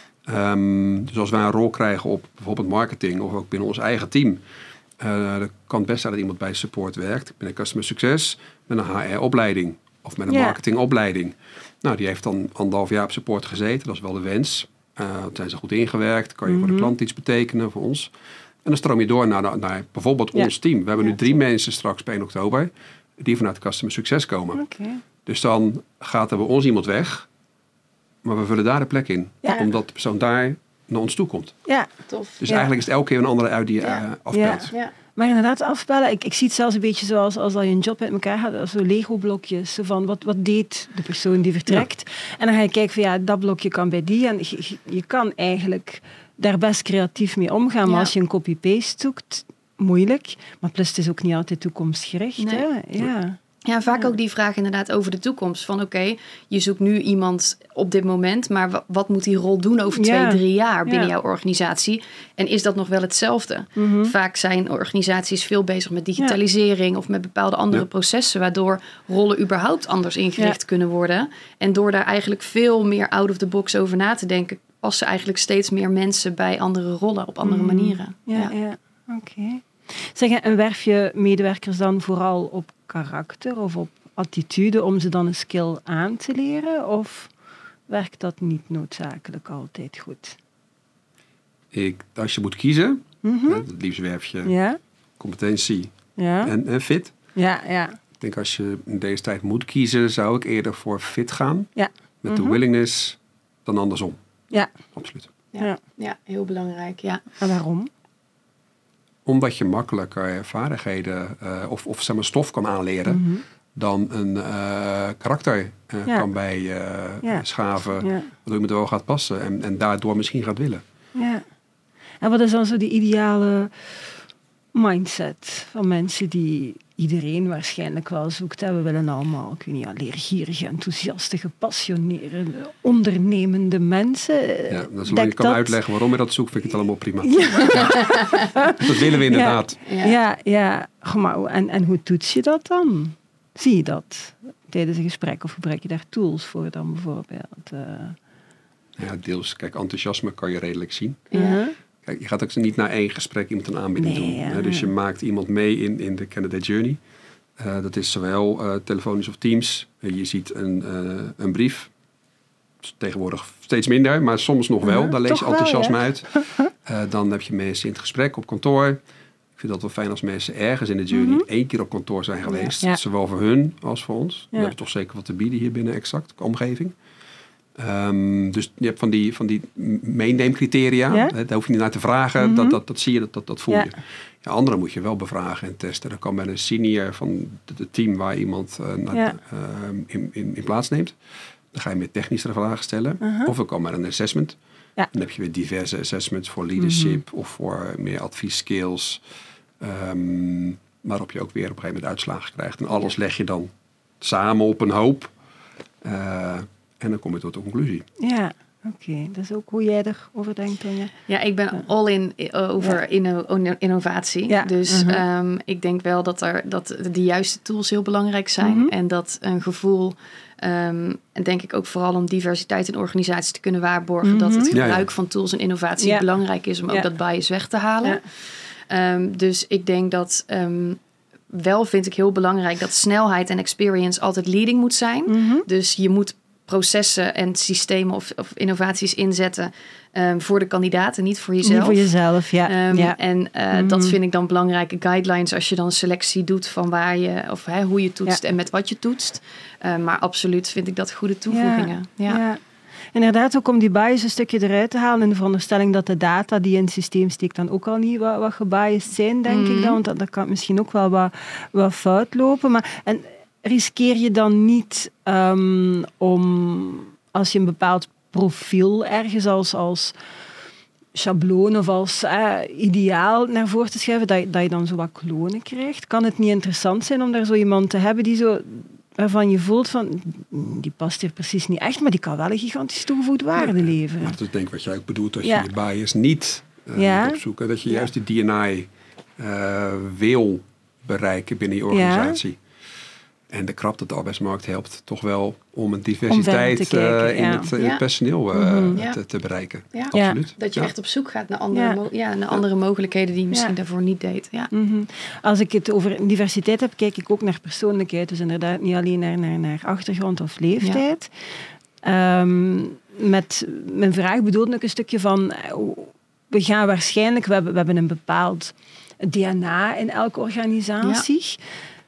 Um, dus als wij een rol krijgen op bijvoorbeeld marketing... of ook binnen ons eigen team... Uh, dan kan het best zijn dat iemand bij support werkt... binnen Customer Success met een H R-opleiding... of met een Ja. marketingopleiding. Nou, die heeft dan anderhalf jaar op support gezeten. Dat is wel de wens. Uh, zijn ze goed ingewerkt? Kan je Mm-hmm. voor de klant iets betekenen voor ons? En dan stroom je door naar, naar bijvoorbeeld Ja. ons team. We hebben Ja, nu drie top. mensen straks per één oktober... die vanuit Customer Success komen. Okay. Dus dan gaat er bij ons iemand weg... maar we vullen daar de plek in. Ja. Omdat de persoon daar naar ons toe komt. Ja. Tof. Dus Ja. eigenlijk is het elke keer een andere uit die je Ja. uh, afpelt. Ja. Maar inderdaad, afbellen. Ik, ik zie het zelfs een beetje zoals als je een job uit elkaar gaat. Als zo Lego-blokjes. Zo van, wat, wat deed de persoon die vertrekt? Ja. En dan ga je kijken van, ja, dat blokje kan bij die. En je, je, je kan eigenlijk daar best creatief mee omgaan. Maar Ja. als je een copy-paste zoekt, moeilijk. Maar plus, het is ook niet altijd toekomstgericht. Nee. Hè? Ja. Ja, vaak Ja. ook die vraag inderdaad over de toekomst. Van oké, okay, je zoekt nu iemand op dit moment, maar w- wat moet die rol doen over twee, Ja. drie jaar binnen Ja. jouw organisatie? En is dat nog wel hetzelfde? Mm-hmm. Vaak zijn organisaties veel bezig met digitalisering ja. of met bepaalde andere ja. processen, waardoor rollen überhaupt anders ingericht ja. kunnen worden. En door daar eigenlijk veel meer out of the box over na te denken, passen eigenlijk steeds meer mensen bij andere rollen op andere Mm-hmm. manieren. Ja, Ja. ja. Oké. Okay. Zeg, en werf je medewerkers dan vooral op karakter of op attitude om ze dan een skill aan te leren? Of werkt dat niet noodzakelijk altijd goed? Ik, als je moet kiezen, Mm-hmm. het liefst werf je ja. competentie ja. en, en fit. Ja, ja. Ik denk als je in deze tijd moet kiezen, zou ik eerder voor fit gaan. Ja. Met Mm-hmm. de willingness dan andersom. Ja. Absoluut. Ja. Ja. ja, heel belangrijk. Ja. En waarom? Omdat je makkelijker vaardigheden uh, of, of zeg maar, stof kan aanleren mm-hmm. dan een uh, karakter uh, ja. kan bij uh, ja. schaven, ja. waardoor je met wel gaat passen en, en daardoor misschien gaat willen. Ja. En wat is dan zo die ideale mindset van mensen die iedereen waarschijnlijk wel zoekt? Hè? We willen allemaal, ik weet niet, leergierige, enthousiaste, gepassioneerde, ondernemende mensen. Ja, dat zolang je kan dat... uitleggen waarom je dat zoekt, vind ik het allemaal prima. Ja. Dat willen we inderdaad. Ja, ja, ja. Maar, en, en hoe toets je dat dan? Zie je dat tijdens een gesprek of gebruik je daar tools voor dan bijvoorbeeld? Uh... Ja, deels. Kijk, enthousiasme kan je redelijk zien. Uh-huh. Kijk, je gaat ook niet na één gesprek iemand een aanbieding nee, doen. Ja, hè? Dus je maakt iemand mee in, in de candidate journey. Uh, dat is zowel uh, telefonisch of Teams. Uh, je ziet een, uh, een brief. Tegenwoordig steeds minder, maar soms nog wel. Uh-huh, Daar lees je enthousiasme wel, ja. uit. Uh, dan heb je mensen in het gesprek op kantoor. Ik vind dat wel fijn als mensen ergens in de journey mm-hmm. één keer op kantoor zijn geweest. Ja. Zowel voor hun als voor ons. Ja. We hebben toch zeker wat te bieden hier binnen Exact, de omgeving. Um, dus je hebt van die, van die meeneemcriteria, ja? Daar hoef je niet naar te vragen, mm-hmm. dat, dat, dat zie je, dat, dat, dat voel je. Ja. Ja, andere moet je wel bevragen en testen. Dat kan bij een senior van het team waar iemand uh, naar, ja. uh, in, in, in plaats neemt. Dan ga je meer technische vragen stellen. Uh-huh. Of dan kan bij een assessment. Ja. Dan heb je weer diverse assessments voor leadership mm-hmm. of voor meer advieskills. Um, waarop je ook weer op een gegeven moment uitslagen krijgt. En alles leg je dan samen op een hoop. Uh, En dan kom je tot de conclusie. Ja, oké. Okay. Dat is ook hoe jij erover denkt, Tonja. Ja, ik ben all in over ja. inno- innovatie. Ja. Dus uh-huh. um, ik denk wel dat, er, dat de juiste tools heel belangrijk zijn. Mm-hmm. En dat een gevoel, um, en denk ik ook vooral om diversiteit in organisaties te kunnen waarborgen, mm-hmm. dat het gebruik ja, ja. van tools en innovatie ja. belangrijk is om ja. ook dat bias weg te halen. Ja. Um, dus ik denk dat... Um, wel vind ik heel belangrijk dat snelheid en experience altijd leading moet zijn. Mm-hmm. Dus je moet processen en systemen of, of innovaties inzetten um, voor de kandidaten, niet voor jezelf. Niet voor jezelf, ja. Um, ja. En uh, mm-hmm. dat vind ik dan belangrijke guidelines als je dan selectie doet van waar je, of hè, hoe je toetst ja. en met wat je toetst. Uh, maar absoluut vind ik dat goede toevoegingen. Ja. Ja. Ja. Inderdaad, ook om die bias een stukje eruit te halen in de veronderstelling dat de data die in het systeem steekt dan ook al niet wat, wat gebiased zijn, denk mm. ik dan. Want dat, dat kan misschien ook wel wat, wat fout lopen. Maar, en riskeer je dan niet um, om, als je een bepaald profiel ergens als, als schabloon of als eh, ideaal naar voren te schuiven, dat je, dat je dan zo wat klonen krijgt? Kan het niet interessant zijn om daar zo iemand te hebben die zo... waarvan je voelt van, die past hier precies niet echt, maar die kan wel een gigantisch toegevoegde waarde leveren. Ja, dat is denk ik wat jij ook bedoelt, dat ja. je je bias niet uh, ja. moet opzoeken. Dat je ja. juist die D en I uh, wil bereiken binnen je organisatie. Ja. En de krapte op de arbeidsmarkt helpt toch wel om een diversiteit om kijken, uh, in, ja. het, in ja. het personeel uh, mm-hmm. ja. te, te bereiken. Ja. Absoluut. Dat je ja. echt op zoek gaat naar andere, ja. Mo- ja, naar andere ja. mogelijkheden die je misschien ja. daarvoor niet deed. Ja. Mm-hmm. Als ik het over diversiteit heb, kijk ik ook naar persoonlijkheid. Dus inderdaad niet alleen naar, naar, naar achtergrond of leeftijd. Ja. Um, met mijn vraag bedoelde ik een stukje van... We gaan waarschijnlijk... We hebben, we hebben een bepaald D N A in elke organisatie... Ja.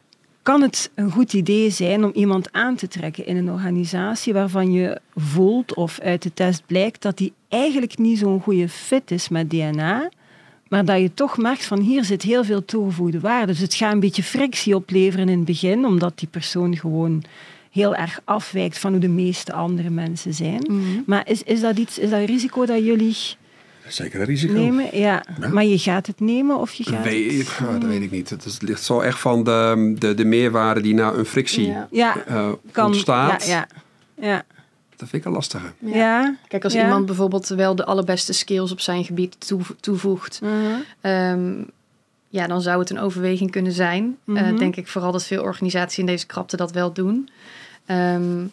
Kan het een goed idee zijn om iemand aan te trekken in een organisatie waarvan je voelt of uit de test blijkt dat die eigenlijk niet zo'n goede fit is met D N A, maar dat je toch merkt van hier zit heel veel toegevoegde waarde. Dus het gaat een beetje frictie opleveren in het begin, omdat die persoon gewoon heel erg afwijkt van hoe de meeste andere mensen zijn. Mm-hmm. Maar is, is dat iets, is dat een risico dat jullie Zeker een risico. nemen. Ja. Ja. Maar je gaat het nemen of je gaat weet, het... Ja, dat weet ik niet. Het, is, het ligt zo echt van de, de, de meerwaarde die na een frictie ja. Ja, uh, kan, ontstaat. Ja, ja. ja. Dat vind ik een lastige. Ja. Ja. Kijk, als ja. iemand bijvoorbeeld wel de allerbeste skills op zijn gebied toe, toevoegt... Uh-huh. Um, ja, dan zou het een overweging kunnen zijn. Uh-huh. Uh, denk ik vooral dat veel organisaties in deze krapte dat wel doen. Um,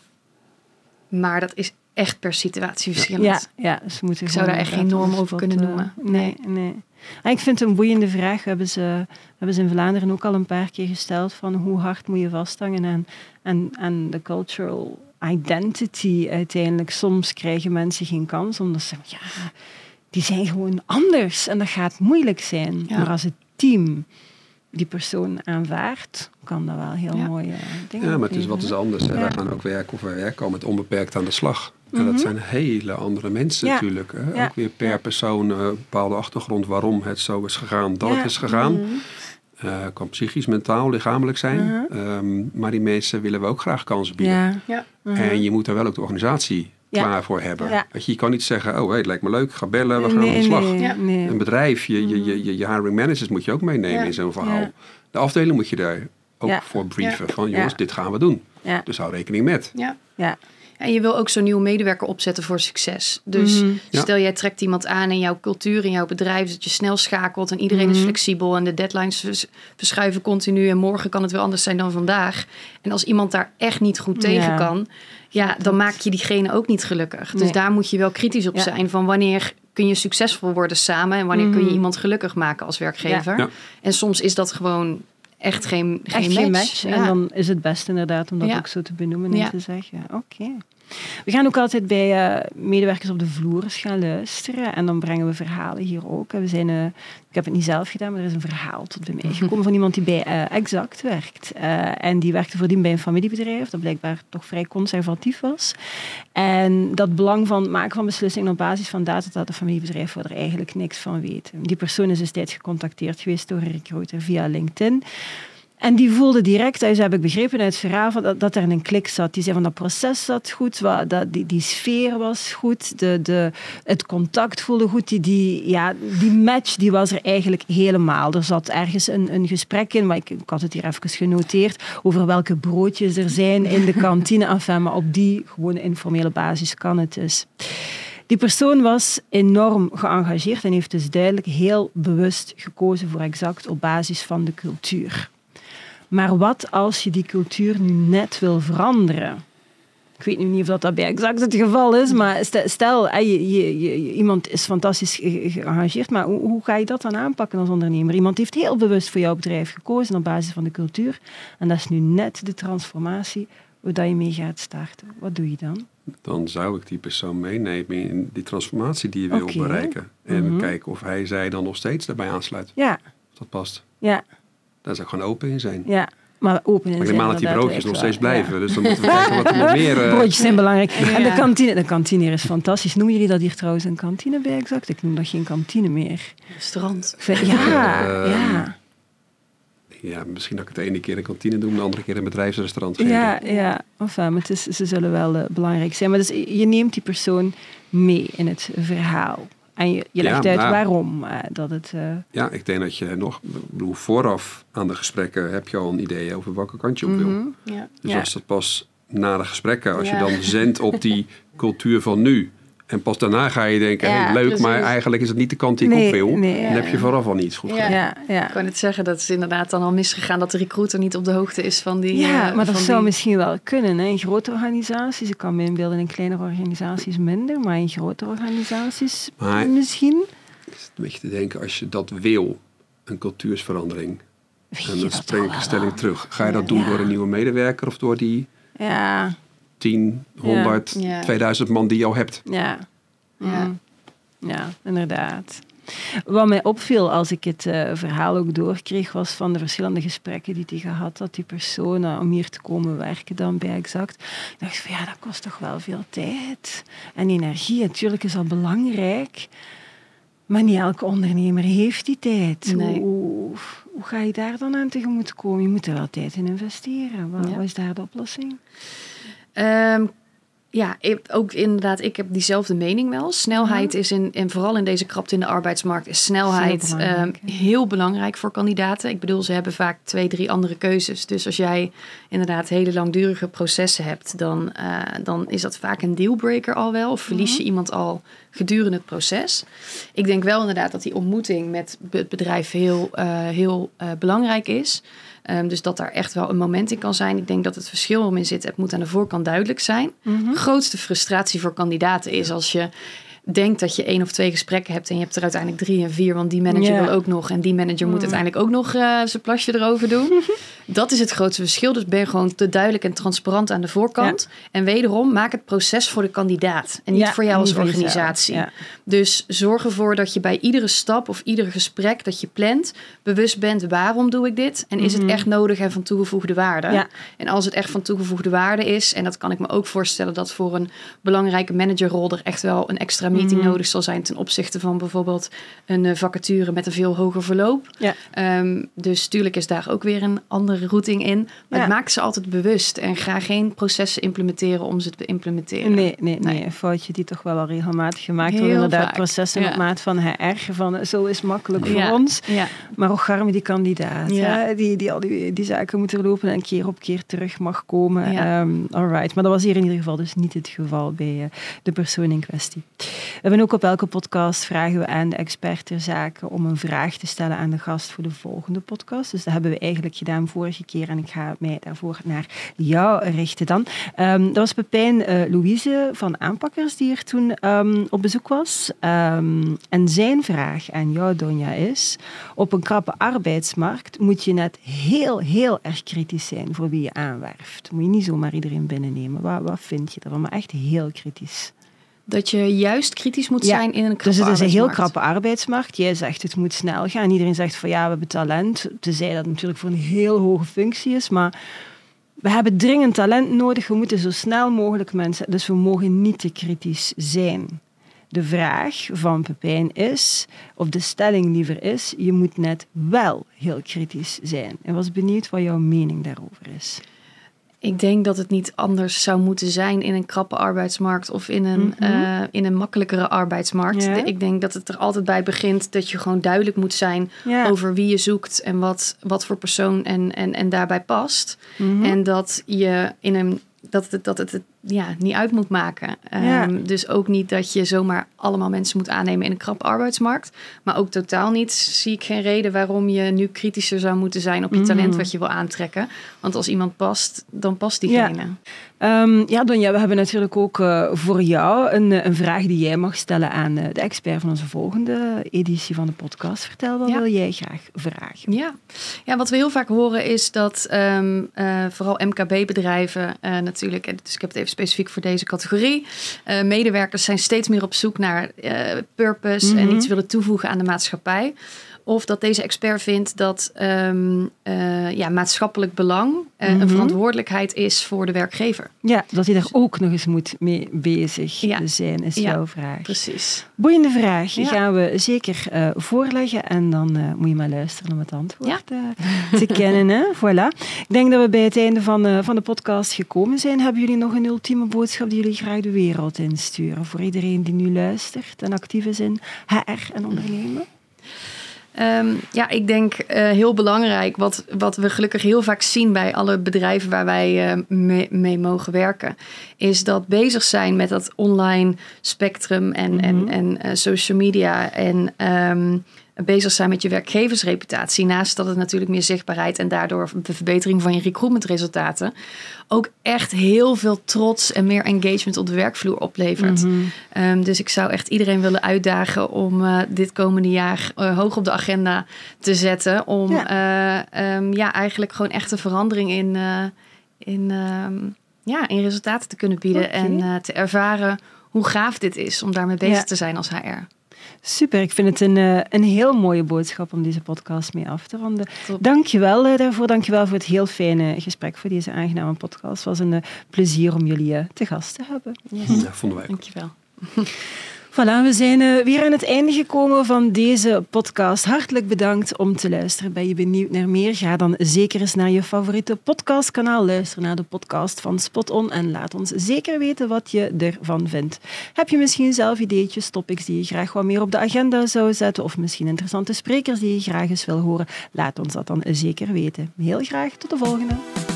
maar dat is echt per situatie verschillend. Ja, ja, dus we moeten ik zou daar echt geen norm over kunnen uh, noemen. Nee, nee. nee. Ah, ik vind het een boeiende vraag. We hebben, ze, we hebben ze in Vlaanderen ook al een paar keer gesteld van hoe hard moet je vasthangen aan, aan, aan de cultural identity uiteindelijk. Soms krijgen mensen geen kans omdat ze zeggen, ja, die zijn gewoon anders en dat gaat moeilijk zijn. Ja. Maar als het team die persoon aanvaardt, kan dat wel heel ja. mooie dingen Ja, maar het is wat is anders. Ja. Wij gaan ook werken of wij werken al met onbeperkt aan de slag. En mm-hmm. dat zijn hele andere mensen ja. natuurlijk. Hè? Ja. Ook weer per persoon een uh, bepaalde achtergrond waarom het zo is gegaan, dat ja. het is gegaan. Mm-hmm. Uh, kan psychisch, mentaal, lichamelijk zijn. Uh-huh. Um, maar die mensen willen we ook graag kansen bieden. Ja. Ja. Uh-huh. En je moet daar wel ook de organisatie ja. klaar voor hebben. Ja. Je, je kan niet zeggen, oh hey, het lijkt me leuk, ga bellen, we gaan nee, aan de slag. Nee, ja. nee. Een bedrijf, je, je, je, je hiring managers moet je ook meenemen ja. in zo'n verhaal. Ja. De afdeling moet je daar ook ja. voor brieven. Ja. Van jongens, ja. dit gaan we doen. Ja. Dus hou rekening met. Ja. Ja. En je wil ook zo'n nieuwe medewerker opzetten voor succes. Dus mm-hmm. stel jij trekt iemand aan in jouw cultuur, in jouw bedrijf, dat je snel schakelt en iedereen mm-hmm. is flexibel en de deadlines verschuiven continu en morgen kan het weer anders zijn dan vandaag. En als iemand daar echt niet goed tegen ja. kan, ja, dan maak je diegene ook niet gelukkig. Nee. Dus daar moet je wel kritisch op ja. zijn van wanneer kun je succesvol worden samen en wanneer mm-hmm. kun je iemand gelukkig maken als werkgever. Ja. Ja. En soms is dat gewoon echt geen, geen echt match. Geen match. Ja. En dan is het best inderdaad om dat ja. ook zo te benoemen en ja. te zeggen. Oké. Okay. We gaan ook altijd bij uh, medewerkers op de vloer eens gaan luisteren. En dan brengen we verhalen hier ook. We zijn, uh, ik heb het niet zelf gedaan, maar er is een verhaal tot bij mij gekomen van iemand die bij uh, Exact werkt. Uh, en die werkte voordien bij een familiebedrijf dat blijkbaar toch vrij conservatief was. En dat belang van het maken van beslissingen op basis van data dat het familiebedrijf wil er eigenlijk niks van weten. Die persoon is destijds gecontacteerd geweest door een recruiter via LinkedIn. En die voelde direct, dus heb ik begrepen uit het verhaal, dat, dat er een klik zat. Die zei van dat proces zat goed, wat, dat, die, die sfeer was goed, de, de, het contact voelde goed. Die, die, ja, die match die was er eigenlijk helemaal. Er zat ergens een, een gesprek in, maar ik, ik had het hier even genoteerd, over welke broodjes er zijn in de kantine. Enfin, maar op die gewone informele basis kan het dus. Die persoon was enorm geëngageerd en heeft dus duidelijk heel bewust gekozen voor Exact op basis van de cultuur. Maar wat als je die cultuur nu net wil veranderen? Ik weet nu niet of dat, dat bij Exact het geval is, maar stel, je, je, je, iemand is fantastisch geëngageerd, maar hoe, hoe ga je dat dan aanpakken als ondernemer? Iemand heeft heel bewust voor jouw bedrijf gekozen op basis van de cultuur en dat is nu net de transformatie waar je mee gaat starten. Wat doe je dan? Dan zou ik die persoon meenemen in die transformatie die je wil okay. bereiken. En mm-hmm. kijken of hij, zij dan nog steeds daarbij aansluit. Ja. Of dat past. Ja. Daar zou ik gewoon open in zijn. Ja, maar open in maar zijn. Maar ik neem aan dat die broodjes nog steeds blijven. Ja. Dus dan moeten we kijken wat er nog meer... Uh... Broodjes zijn belangrijk. Ja. En de kantine, de kantine hier is fantastisch. Noemen jullie dat hier trouwens een kantine bij Exact? Ik noem dat geen kantine meer. Restaurant. Ja, uh, ja. Ja, misschien dat ik het de ene keer een kantine doe, de andere keer een bedrijfsrestaurant geven. Ja, ja. Enfin, maar het is, ze zullen wel uh, belangrijk zijn. Maar dus, je neemt die persoon mee in het verhaal. En je, je legt ja, uit nou, waarom uh, dat het... Uh... Ja, ik denk dat je nog... bedoel, vooraf aan de gesprekken heb je al een idee over welke kant je op wil. Mm-hmm. Ja. Dus ja. als dat pas na de gesprekken, als ja. je dan zendt op die cultuur van nu... en pas daarna ga je denken, ja, hey, leuk, precies. maar eigenlijk is het niet de kant die ik nee, op wil. Nee, dan ja. heb je vooraf al niets goed gedaan. Ja, ja. Ik kan het zeggen, dat is inderdaad dan al misgegaan... dat de recruiter niet op de hoogte is van die... Ja, uh, maar dat zou die... misschien wel kunnen. Hè? In grote organisaties, ik kan me inbeelden in kleinere organisaties minder... maar in grote organisaties maar, misschien... is het een beetje te denken, als je dat wil, een cultuursverandering... Weet en dan spring ik een stelling terug. Ga je dat doen ja. door een nieuwe medewerker of door die ja. tien, honderd, ja. tweeduizend man die je al hebt? Ja, ja. ja inderdaad. Wat mij opviel als ik het uh, verhaal ook doorkreeg, was van de verschillende gesprekken die hij gehad had, die personen, om hier te komen werken dan bij Exact. Ik dacht van ja, dat kost toch wel veel tijd. En energie, natuurlijk is dat belangrijk. Maar niet elke ondernemer heeft die tijd. Nee. Hoe, hoe ga je daar dan aan tegemoet komen? Je moet er wel tijd in investeren. Wat, ja. wat is daar de oplossing? Um, Ja, ik, ook inderdaad, ik heb diezelfde mening wel. Snelheid ja. is, in, en vooral in deze krapte in de arbeidsmarkt, is snelheid heel belangrijk, um, heel belangrijk voor kandidaten. Ik bedoel, ze hebben vaak twee, drie andere keuzes. Dus als jij inderdaad hele langdurige processen hebt, dan, uh, dan is dat vaak een dealbreaker al wel. Of verlies je uh-huh. iemand al gedurende het proces. Ik denk wel inderdaad dat die ontmoeting met het bedrijf heel, uh, heel uh, belangrijk is. Um, dus dat daar echt wel een moment in kan zijn. Ik denk dat het verschil om in zit, het moet aan de voorkant duidelijk zijn. Mm-hmm. De grootste frustratie voor kandidaten is als je denkt dat je één of twee gesprekken hebt en je hebt er uiteindelijk drie en vier, want die manager yeah. wil ook nog en die manager mm. moet uiteindelijk ook nog uh, zijn plasje erover doen. Dat is het grootste verschil. Dus ben je gewoon te duidelijk en transparant aan de voorkant. Ja. En wederom, maak het proces voor de kandidaat en niet ja, voor jou als organisatie. Ja. Dus zorg ervoor dat je bij iedere stap of ieder gesprek dat je plant, bewust bent, waarom doe ik dit? En is mm-hmm. het echt nodig en van toegevoegde waarde? Ja. En als het echt van toegevoegde waarde is, en dat kan ik me ook voorstellen dat voor een belangrijke managerrol er echt wel een extra meeting mm-hmm. nodig zal zijn ten opzichte van bijvoorbeeld een uh, vacature met een veel hoger verloop. Ja. Um, dus tuurlijk is daar ook weer een andere routing in. Maar ja. maak ze altijd bewust en ga geen processen implementeren om ze te implementeren. Nee, nee, nee. nee. Een foutje die toch wel al regelmatig gemaakt wordt. Inderdaad, vaak. Processen ja. op maat van H R. Van zo is makkelijk voor ja. ons. Ja. Maar ook garme die kandidaat. Ja. Hè, die, die al die, die zaken moeten lopen en keer op keer terug mag komen. Ja. Um, alright. Maar dat was hier in ieder geval dus niet het geval bij uh, de persoon in kwestie. We hebben ook op elke podcast vragen we aan de expert ter zake om een vraag te stellen aan de gast voor de volgende podcast. Dus dat hebben we eigenlijk gedaan vorige keer en ik ga mij daarvoor naar jou richten dan. Um, dat was Pepijn uh, Louise van Aanpakkers die er toen um, op bezoek was. Um, en zijn vraag aan jou, Donja, is: op een krappe arbeidsmarkt moet je net heel, heel erg kritisch zijn voor wie je aanwerft. Moet je niet zomaar iedereen binnennemen. Wat, wat vind je ervan? Maar echt heel kritisch. Dat je juist kritisch moet zijn ja, in een krappe dus het is een heel arbeidsmarkt. krappe arbeidsmarkt. Jij zegt het moet snel gaan. Iedereen zegt van ja, we hebben talent. Tenzij dat natuurlijk voor een heel hoge functie is. Maar we hebben dringend talent nodig. We moeten zo snel mogelijk mensen... Dus we mogen niet te kritisch zijn. De vraag van Pepijn is, of de stelling liever is, je moet net wel heel kritisch zijn. Ik was benieuwd wat jouw mening daarover is. Ik denk dat het niet anders zou moeten zijn in een krappe arbeidsmarkt of in een, mm-hmm. uh, in een makkelijkere arbeidsmarkt. Ja. Ik denk dat het er altijd bij begint dat je gewoon duidelijk moet zijn ja. over wie je zoekt en wat, wat voor persoon en, en, en daarbij past. Mm-hmm. En dat je in een dat het, dat het, het ja, niet uit moet maken. Ja. Um, dus ook niet dat je zomaar allemaal mensen moet aannemen in een krappe arbeidsmarkt. Maar ook totaal niet zie ik geen reden waarom je nu kritischer zou moeten zijn op je mm. talent wat je wil aantrekken. Want als iemand past, dan past diegene. Ja, um, ja Donja, we hebben natuurlijk ook uh, voor jou een, een vraag die jij mag stellen aan uh, de expert van onze volgende editie van de podcast. Vertel, wat ja. wil jij graag vragen? Ja. ja, wat we heel vaak horen is dat um, uh, vooral M K B-bedrijven uh, natuurlijk, dus ik heb het even specifiek voor deze categorie, uh, medewerkers zijn steeds meer op zoek naar uh, purpose mm-hmm. en iets willen toevoegen aan de maatschappij. Of dat deze expert vindt dat um, uh, ja, maatschappelijk belang uh, mm-hmm. een verantwoordelijkheid is voor de werkgever. Ja, dat hij daar ook nog eens moet mee bezig ja. zijn, is ja, jouw vraag. Precies. Boeiende vraag. Die ja. gaan we zeker uh, voorleggen en dan uh, moet je maar luisteren om het antwoord ja. uh, te kennen. Hè? Voilà. Ik denk dat we bij het einde van, uh, van de podcast gekomen zijn. Hebben jullie nog een ultieme boodschap die jullie graag de wereld insturen voor iedereen die nu luistert en actief is in H R en ondernemen? Um, ja, ik denk uh, heel belangrijk, wat, wat we gelukkig heel vaak zien bij alle bedrijven waar wij uh, mee, mee mogen werken, is dat bezig zijn met dat online spectrum en, mm-hmm. en, en uh, social media en um, bezig zijn met je werkgeversreputatie, naast dat het natuurlijk meer zichtbaarheid en daardoor de verbetering van je recruitmentresultaten ook echt heel veel trots en meer engagement op de werkvloer oplevert. Mm-hmm. Um, dus ik zou echt iedereen willen uitdagen om uh, dit komende jaar uh, hoog op de agenda te zetten. Om ja. Uh, um, ja, eigenlijk gewoon echt een verandering in, uh, in, um, ja, in resultaten te kunnen bieden. Okay. En uh, te ervaren hoe gaaf dit is om daarmee bezig ja. te zijn als H R. Super, ik vind het een, uh, een heel mooie boodschap om deze podcast mee af te ronden. Top. Dank je wel uh, daarvoor. Dank je wel voor het heel fijne gesprek, voor deze aangename podcast. Het was een uh, plezier om jullie uh, te gast te hebben. Yes. Ja, vonden wij. Dank je wel. Voilà, we zijn uh, weer aan het einde gekomen van deze podcast. Hartelijk bedankt om te luisteren. Ben je benieuwd naar meer? Ga dan zeker eens naar je favoriete podcastkanaal. Luister naar de podcast van Spot On en laat ons zeker weten wat je ervan vindt. Heb je misschien zelf ideetjes, topics die je graag wat meer op de agenda zou zetten of misschien interessante sprekers die je graag eens wil horen? Laat ons dat dan zeker weten. Heel graag tot de volgende.